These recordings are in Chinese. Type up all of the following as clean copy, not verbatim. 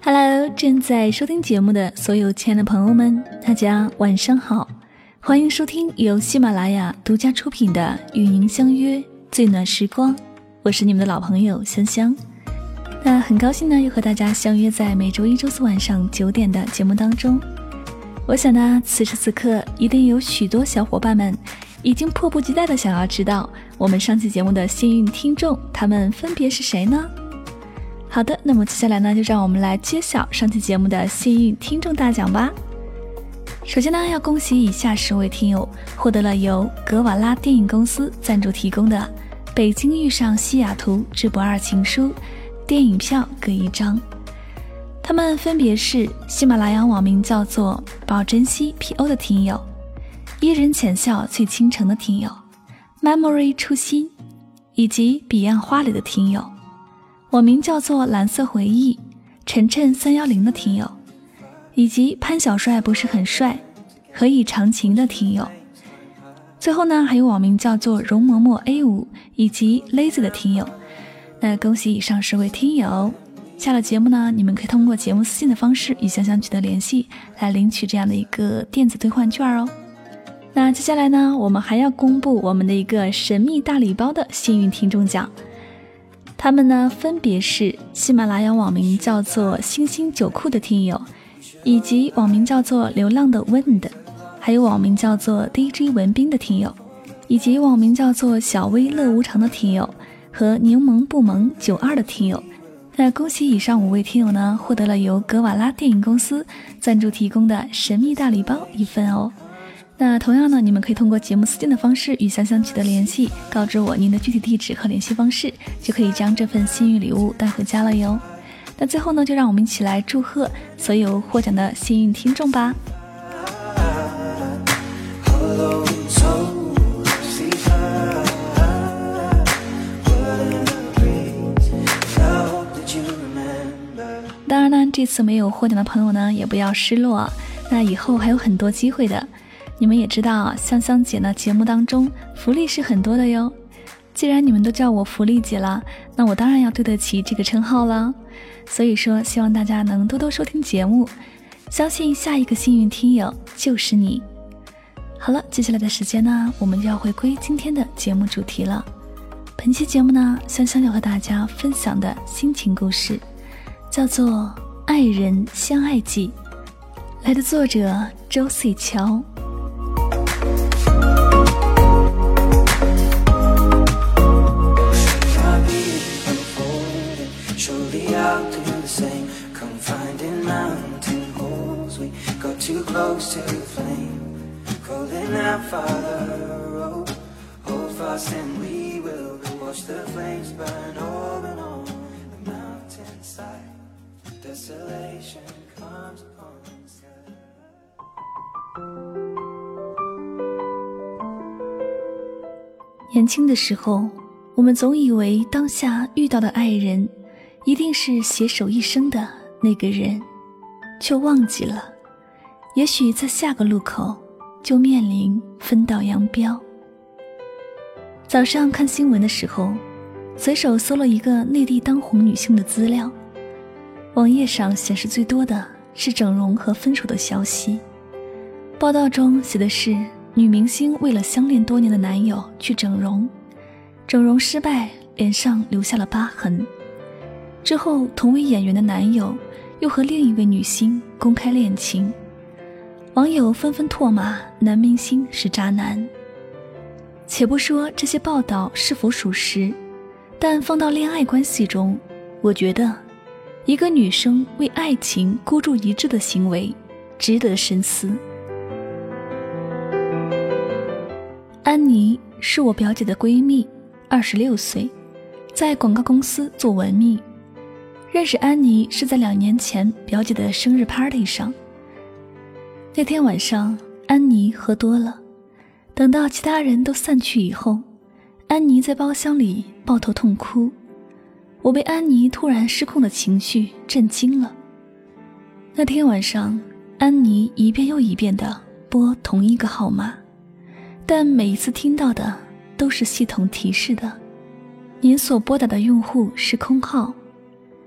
Hello， 正在收听节目的所有亲爱的朋友们，大家晚上好，欢迎收听由喜马拉雅独家出品的《与您相约最暖时光》，我是你们的老朋友香香。那很高兴呢，又和大家相约在每周一、周四晚上9点的节目当中。我想呢，此时此刻一定有许多小伙伴们已经迫不及待的想要知道我们上期节目的幸运听众，他们分别是谁呢？好的，那么接下来呢，就让我们来揭晓上期节目的幸运听众大奖吧。首先呢，要恭喜以下10位听友获得了由格瓦拉电影公司赞助提供的《北京遇上西雅图之不二情书》电影票各1张。他们分别是喜马拉雅网名叫做宝珍惜 PO 的听友，伊人浅笑醉倾城的听友， Memory 初心，以及彼岸花里的听友，网名叫做蓝色回忆晨晨310的听友，以及潘小帅不是很帅何以长情的听友。最后呢，还有网名叫做容嬷嬷 A5 以及 Lazy 的听友。那恭喜以上10位听友，下了节目呢，你们可以通过节目私信的方式与香香取得联系，来领取这样的一个电子兑换券哦。那接下来呢，我们还要公布我们的一个神秘大礼包的幸运听众奖，他们呢分别是喜马拉雅网名叫做星星九库的听友，以及网名叫做流浪的 Wind， 还有网名叫做 DJ 文斌的听友，以及网名叫做小薇乐无常的听友和柠檬不萌92的听友。那恭喜以上5位听友呢，获得了由格瓦拉电影公司赞助提供的神秘大礼包1份哦。那同样呢，你们可以通过节目私信的方式与香香取得联系，告知我您的具体地址和联系方式，就可以将这份幸运礼物带回家了哟。那最后呢，就让我们一起来祝贺所有获奖的幸运听众吧。当然呢，这次没有获奖的朋友呢，也不要失落，那以后还有很多机会的。你们也知道，香香姐呢节目当中福利是很多的哟。既然你们都叫我福利姐了，那我当然要对得起这个称号了。所以说，希望大家能多多收听节目，相信下一个幸运听友就是你。好了，接下来的时间呢，我们就要回归今天的节目主题了。本期节目呢，香香要和大家分享的心情故事叫做《爱人相爱记》，来的作者周 C 乔。 Too close to the flame, calling out Father, hold fast and we will watch the flames burn over and on the mountainside. Desolation comes upon the sky. 年轻的时候，我们总以为当下遇到的爱人一定是携手一生的那个人，却忘记了也许在下个路口就面临分道扬镳。早上看新闻的时候，随手搜了一个内地当红女性的资料，网页上显示最多的是整容和分手的消息。报道中写的是女明星为了相恋多年的男友去整容，整容失败，脸上留下了疤痕。之后同为演员的男友又和另一位女星公开恋情，网友纷纷唾骂男明星是渣男。且不说这些报道是否属实，但放到恋爱关系中，我觉得一个女生为爱情孤注一掷的行为值得深思。安妮是我表姐的闺蜜，26岁，在广告公司做文秘。认识安妮是在2年前表姐的生日 party 上。那天晚上，安妮喝多了，等到其他人都散去以后，安妮在包厢里抱头痛哭。我被安妮突然失控的情绪震惊了。那天晚上，安妮一遍又一遍地拨同一个号码，但每一次听到的都是系统提示的您所拨打的用户是空号。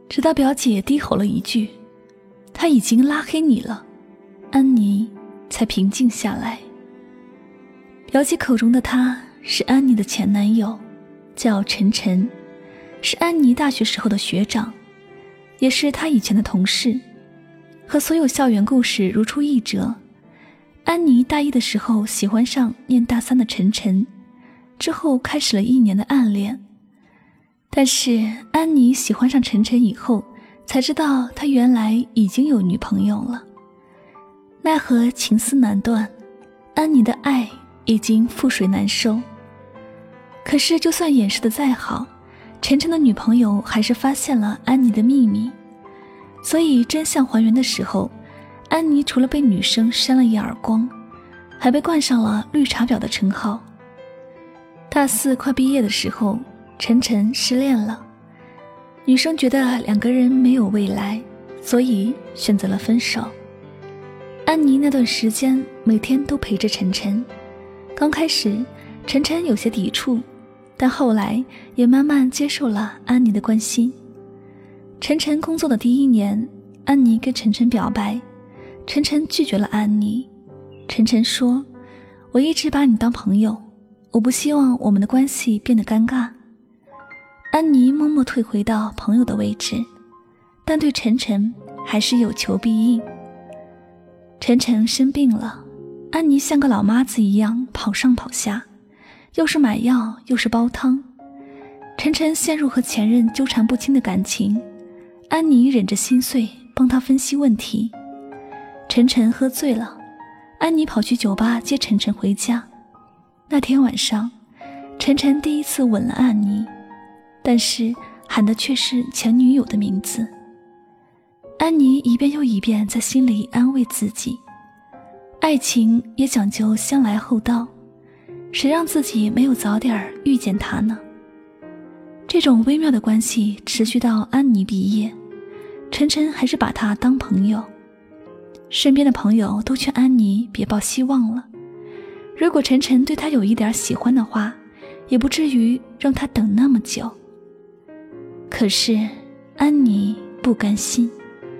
直到表姐低吼了一句：“他已经拉黑你了。”安妮才平静下来。表姐口中的他是安妮的前男友，叫陈晨，是安妮大学时候的学长，也是她以前的同事。和所有校园故事如出一辙，安妮大一的时候喜欢上念大三的陈晨，之后开始了1年的暗恋。但是安妮喜欢上陈晨以后，才知道他原来已经有女朋友了。奈何情丝难断，安妮的爱已经覆水难收。可是就算掩饰得再好，陈晨的女朋友还是发现了安妮的秘密。所以真相还原的时候，安妮除了被女生扇了一耳光，还被冠上了绿茶婊的称号。大4快毕业的时候，陈晨失恋了，女生觉得2个人没有未来，所以选择了分手。安妮那段时间每天都陪着陈晨，刚开始陈晨有些抵触，但后来也慢慢接受了安妮的关心。陈晨工作的第1年，安妮跟陈晨表白，陈晨拒绝了安妮。陈晨说：“我一直把你当朋友，我不希望我们的关系变得尴尬。”安妮默默退回到朋友的位置，但对陈晨还是有求必应。陈晨生病了，安妮像个老妈子一样跑上跑下，又是买药又是煲汤。陈晨陷入和前任纠缠不清的感情，安妮忍着心碎帮他分析问题。陈晨喝醉了，安妮跑去酒吧接陈晨回家。那天晚上，陈晨第一次吻了安妮，但是喊的却是前女友的名字。安妮一遍又一遍在心里安慰自己，爱情也讲究先来后到，谁让自己没有早点遇见他呢？这种微妙的关系持续到安妮毕业，陈晨还是把她当朋友。身边的朋友都劝安妮别抱希望了，如果陈晨对她有一点喜欢的话，也不至于让她等那么久。可是安妮不甘心。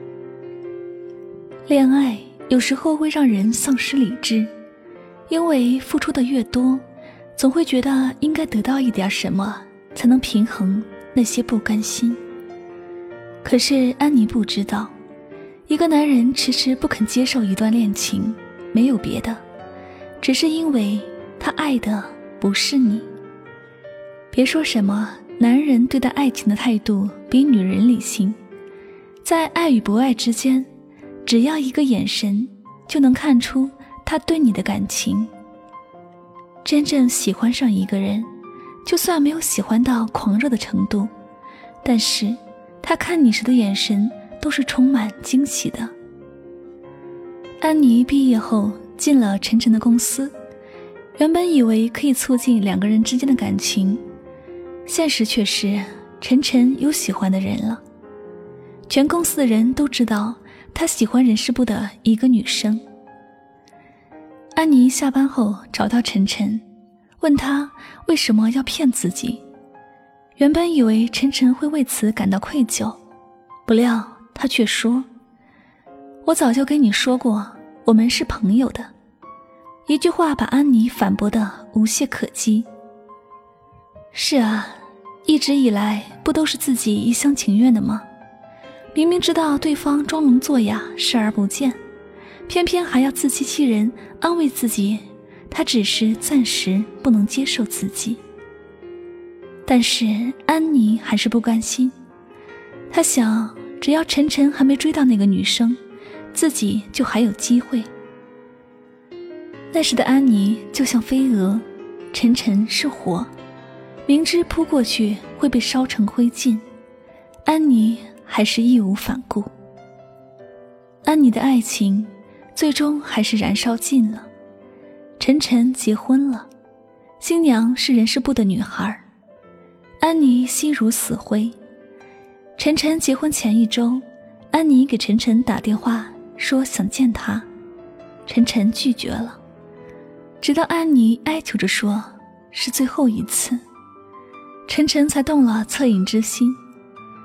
恋爱有时候会让人丧失理智，因为付出的越多，总会觉得应该得到一点什么，才能平衡那些不甘心。可是安妮不知道，一个男人迟迟不肯接受一段恋情，没有别的，只是因为他爱的不是你。别说什么男人对待爱情的态度比女人理性，在爱与不爱之间，只要一个眼神就能看出他对你的感情。真正喜欢上一个人，就算没有喜欢到狂热的程度，但是他看你时的眼神都是充满惊喜的。安妮毕业后进了陈晨的公司，原本以为可以促进2个人之间的感情，现实却是陈晨有喜欢的人了。全公司的人都知道他喜欢人事部的一个女生。安妮下班后找到陈晨，问他为什么要骗自己。原本以为陈晨会为此感到愧疚，不料他却说：“我早就跟你说过，我们是朋友的。”一句话把安妮反驳得无懈可击。是啊，一直以来不都是自己一厢情愿的吗？明明知道对方装聋作哑，视而不见，偏偏还要自欺欺人，安慰自己他只是暂时不能接受自己。但是安妮还是不甘心，她想只要陈晨还没追到那个女生，自己就还有机会。那时的安妮就像飞蛾，陈晨是火，明知扑过去会被烧成灰烬，安妮还是义无反顾。安妮的爱情最终还是燃烧尽了。陈晨结婚了，新娘是人事部的女孩，安妮心如死灰。陈晨结婚前1周，安妮给陈晨打电话说想见他，陈晨拒绝了，直到安妮哀求着说是最后一次，陈晨才动了恻隐之心。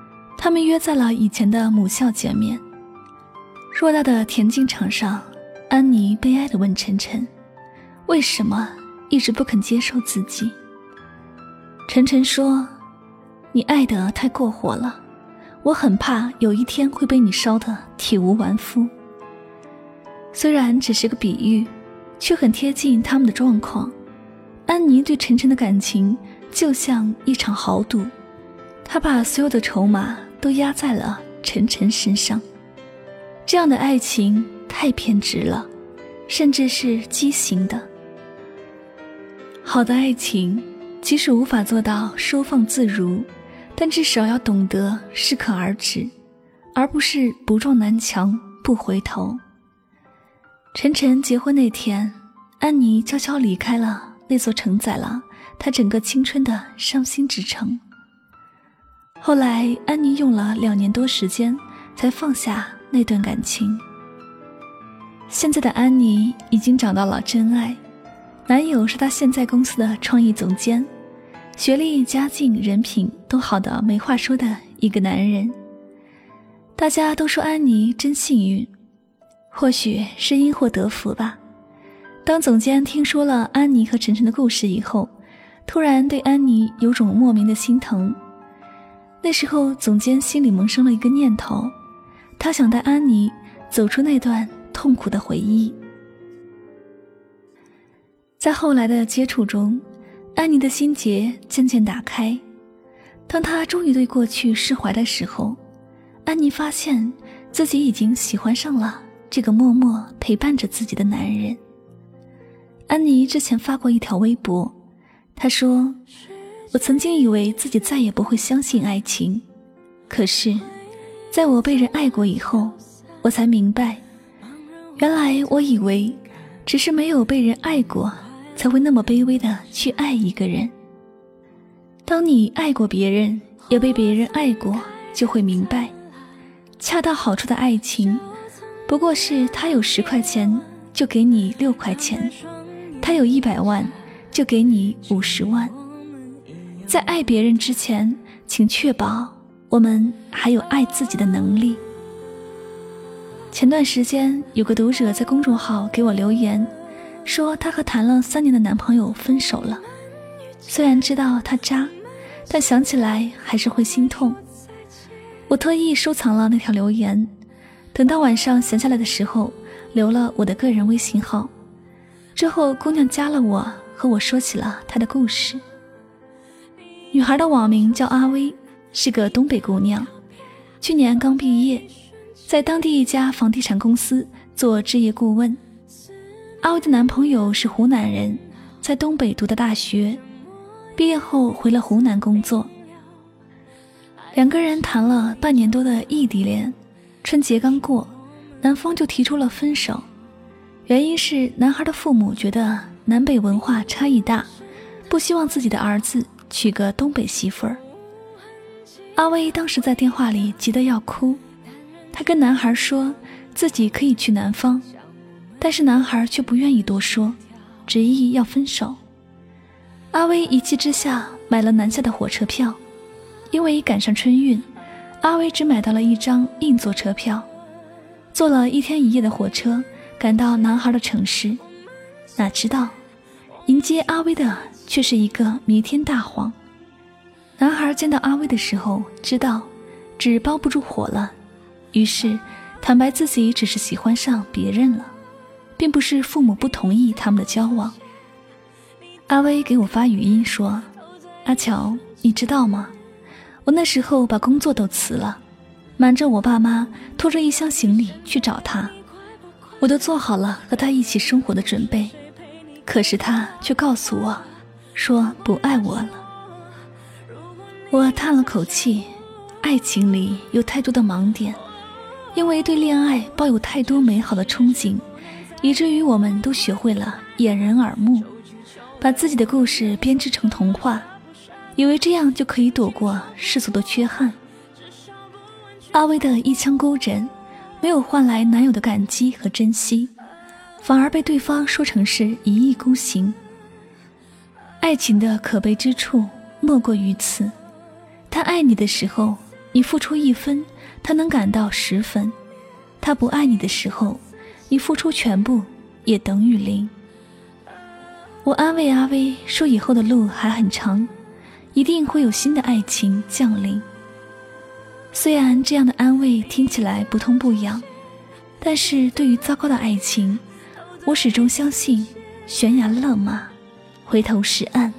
他们约在了以前的母校见面。偌大的田径场上，安妮悲哀地问晨晨，为什么一直不肯接受自己？晨晨说，你爱得太过火了，我很怕有一天会被你烧得体无完肤。虽然只是个比喻，却很贴近他们的状况。安妮对晨晨的感情就像一场豪赌，她把所有的筹码都压在了晨晨身上。这样的爱情太偏执了，甚至是畸形的。好的爱情即使无法做到收放自如，但至少要懂得适可而止，而不是不撞南墙不回头。晨晨结婚那天，安妮悄悄离开了那座承载了她整个青春的伤心之城。后来安妮用了2年多时间才放下那段感情。现在的安妮已经找到了真爱，男友是她现在公司的创意总监，学历家境人品都好的没话说的一个男人。大家都说安妮真幸运，或许是因祸得福吧。当总监听说了安妮和晨晨的故事以后，突然对安妮有种莫名的心疼。那时候总监心里萌生了一个念头，他想带安妮走出那段痛苦的回忆。在后来的接触中，安妮的心结渐渐打开。当她终于对过去释怀的时候，安妮发现自己已经喜欢上了这个默默陪伴着自己的男人。安妮之前发过一条微博，她说，我曾经以为自己再也不会相信爱情，可是在我被人爱过以后，我才明白，原来我以为只是没有被人爱过，才会那么卑微的去爱一个人。当你爱过别人，也被别人爱过，就会明白，恰到好处的爱情不过是他有10块钱就给你6块钱，他有100万就给你50万。在爱别人之前，请确保我们还有爱自己的能力。前段时间有个读者在公众号给我留言，说她和谈了3年的男朋友分手了。虽然知道他渣，但想起来还是会心痛。我特意收藏了那条留言，等到晚上闲下来的时候，留了我的个人微信号。之后姑娘加了我，和我说起了她的故事。女孩的网名叫阿薇，是个东北姑娘，去年刚毕业，在当地一家房地产公司做置业顾问。阿薇的男朋友是湖南人，在东北读的大学，毕业后回了湖南工作。2个人谈了半年多的异地恋，春节刚过，男方就提出了分手，原因是男孩的父母觉得南北文化差异大，不希望自己的儿子娶个东北媳妇儿。阿薇当时在电话里急得要哭，她跟男孩说自己可以去南方，但是男孩却不愿意多说，执意要分手。阿薇一气之下买了南下的火车票，因为赶上春运，阿薇只买到了一张硬座车票，坐了1天1夜的火车赶到男孩的城市。哪知道迎接阿薇的却是一个弥天大谎。男孩见到阿薇的时候知道纸包不住火了，于是坦白自己只是喜欢上别人了，并不是父母不同意他们的交往。阿薇给我发语音说，阿乔，你知道吗？我那时候把工作都辞了，瞒着我爸妈，拖着一箱行李去找他，我都做好了和他一起生活的准备，可是他却告诉我说不爱我了。我叹了口气，爱情里有太多的盲点，因为对恋爱抱有太多美好的憧憬，以至于我们都学会了掩人耳目，把自己的故事编织成童话，以为这样就可以躲过世俗的缺憾。阿薇的一腔勾人没有换来男友的感激和珍惜，反而被对方说成是一意孤行。爱情的可悲之处莫过于此，他爱你的时候你付出1分，他能感到10分；他不爱你的时候，你付出全部也等于0。我安慰阿威说，以后的路还很长，一定会有新的爱情降临。虽然这样的安慰听起来不痛不痒，但是对于糟糕的爱情，我始终相信悬崖勒马，回头是岸。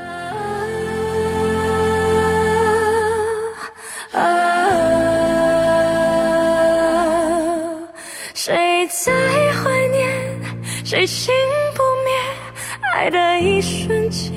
谁在怀念，谁心不灭爱的一瞬间。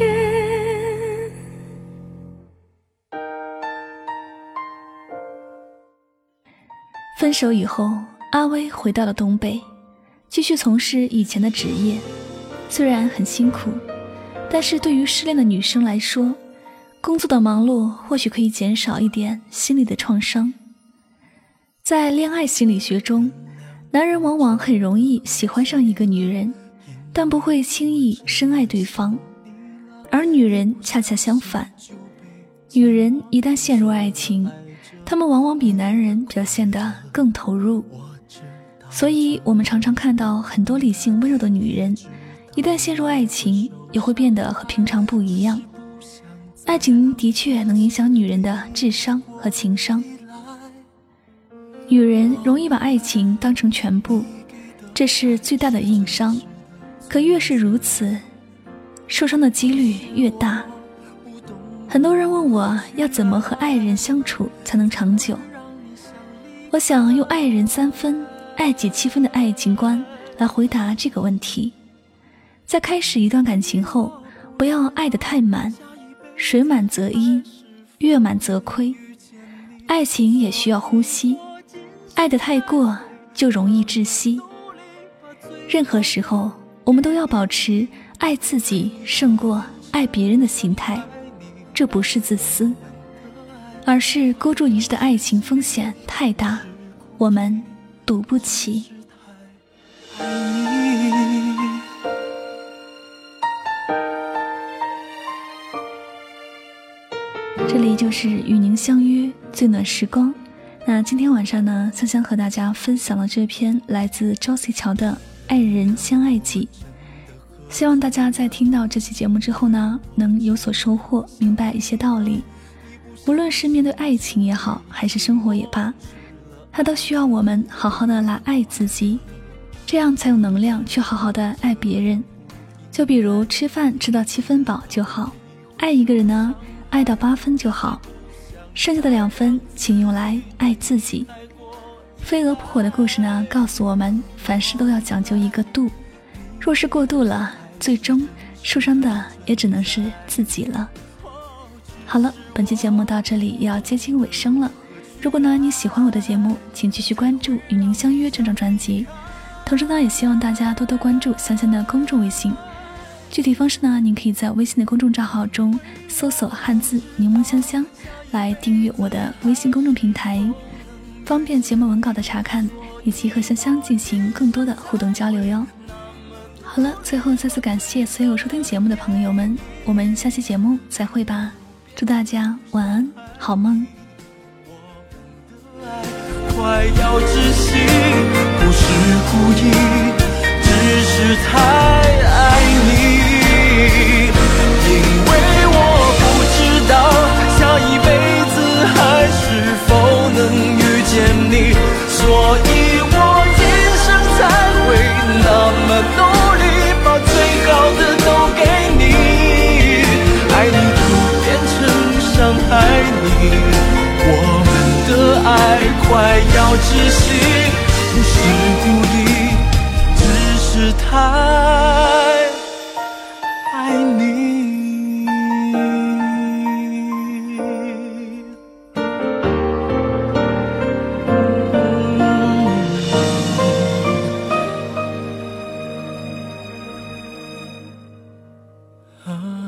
分手以后，阿威回到了东北，继续从事以前的职业。虽然很辛苦，但是对于失恋的女生来说，工作的忙碌或许可以减少一点心理的创伤。在恋爱心理学中，男人往往很容易喜欢上一个女人，但不会轻易深爱对方，而女人恰恰相反。女人一旦陷入爱情，她们往往比男人表现得更投入。所以我们常常看到很多理性温柔的女人，一旦陷入爱情，也会变得和平常不一样。爱情的确能影响女人的智商和情商。女人容易把爱情当成全部，这是最大的硬伤。可越是如此，受伤的几率越大。很多人问我要怎么和爱人相处才能长久。我想用爱人3分，爱己7分的爱情观来回答这个问题。在开始一段感情后，不要爱得太满，水满则溢，月满则亏。爱情也需要呼吸，爱得太过就容易窒息。任何时候，我们都要保持爱自己胜过爱别人的心态。这不是自私，而是孤注一掷的爱情风险太大，我们赌不起。这里就是与您相约最暖时光。那今天晚上呢，香香和大家分享了这篇来自周喜乔的《爱人先爱己》。希望大家在听到这期节目之后呢，能有所收获，明白一些道理。无论是面对爱情也好，还是生活也罢，它都需要我们好好的来爱自己，这样才有能量去好好的爱别人。就比如吃饭吃到7分饱就好，爱一个人呢，爱到8分就好，剩下的2分请用来爱自己。飞蛾扑火的故事呢，告诉我们凡事都要讲究一个度，若是过度了，最终受伤的也只能是自己了。好了，本期节目到这里也要接近尾声了。如果呢你喜欢我的节目，请继续关注与您相约这张专辑，同时呢也希望大家多多关注香香的公众微信。具体方式呢，您可以在微信的公众账号中搜索汉字柠檬香香来订阅我的微信公众平台，方便节目文稿的查看，以及和香香进行更多的互动交流哟。好了，最后再次感谢所有收听节目的朋友们，我们下期节目再会吧。祝大家晚安，好梦。 快要窒息，不是故意，只是太爱你。因为我不知道下一辈子还是否能遇见你，所以我今生才会那么努力，把最好的都给你。爱你就变成伤害你，我们的爱快要窒息，不是故意，只是太爱你。啊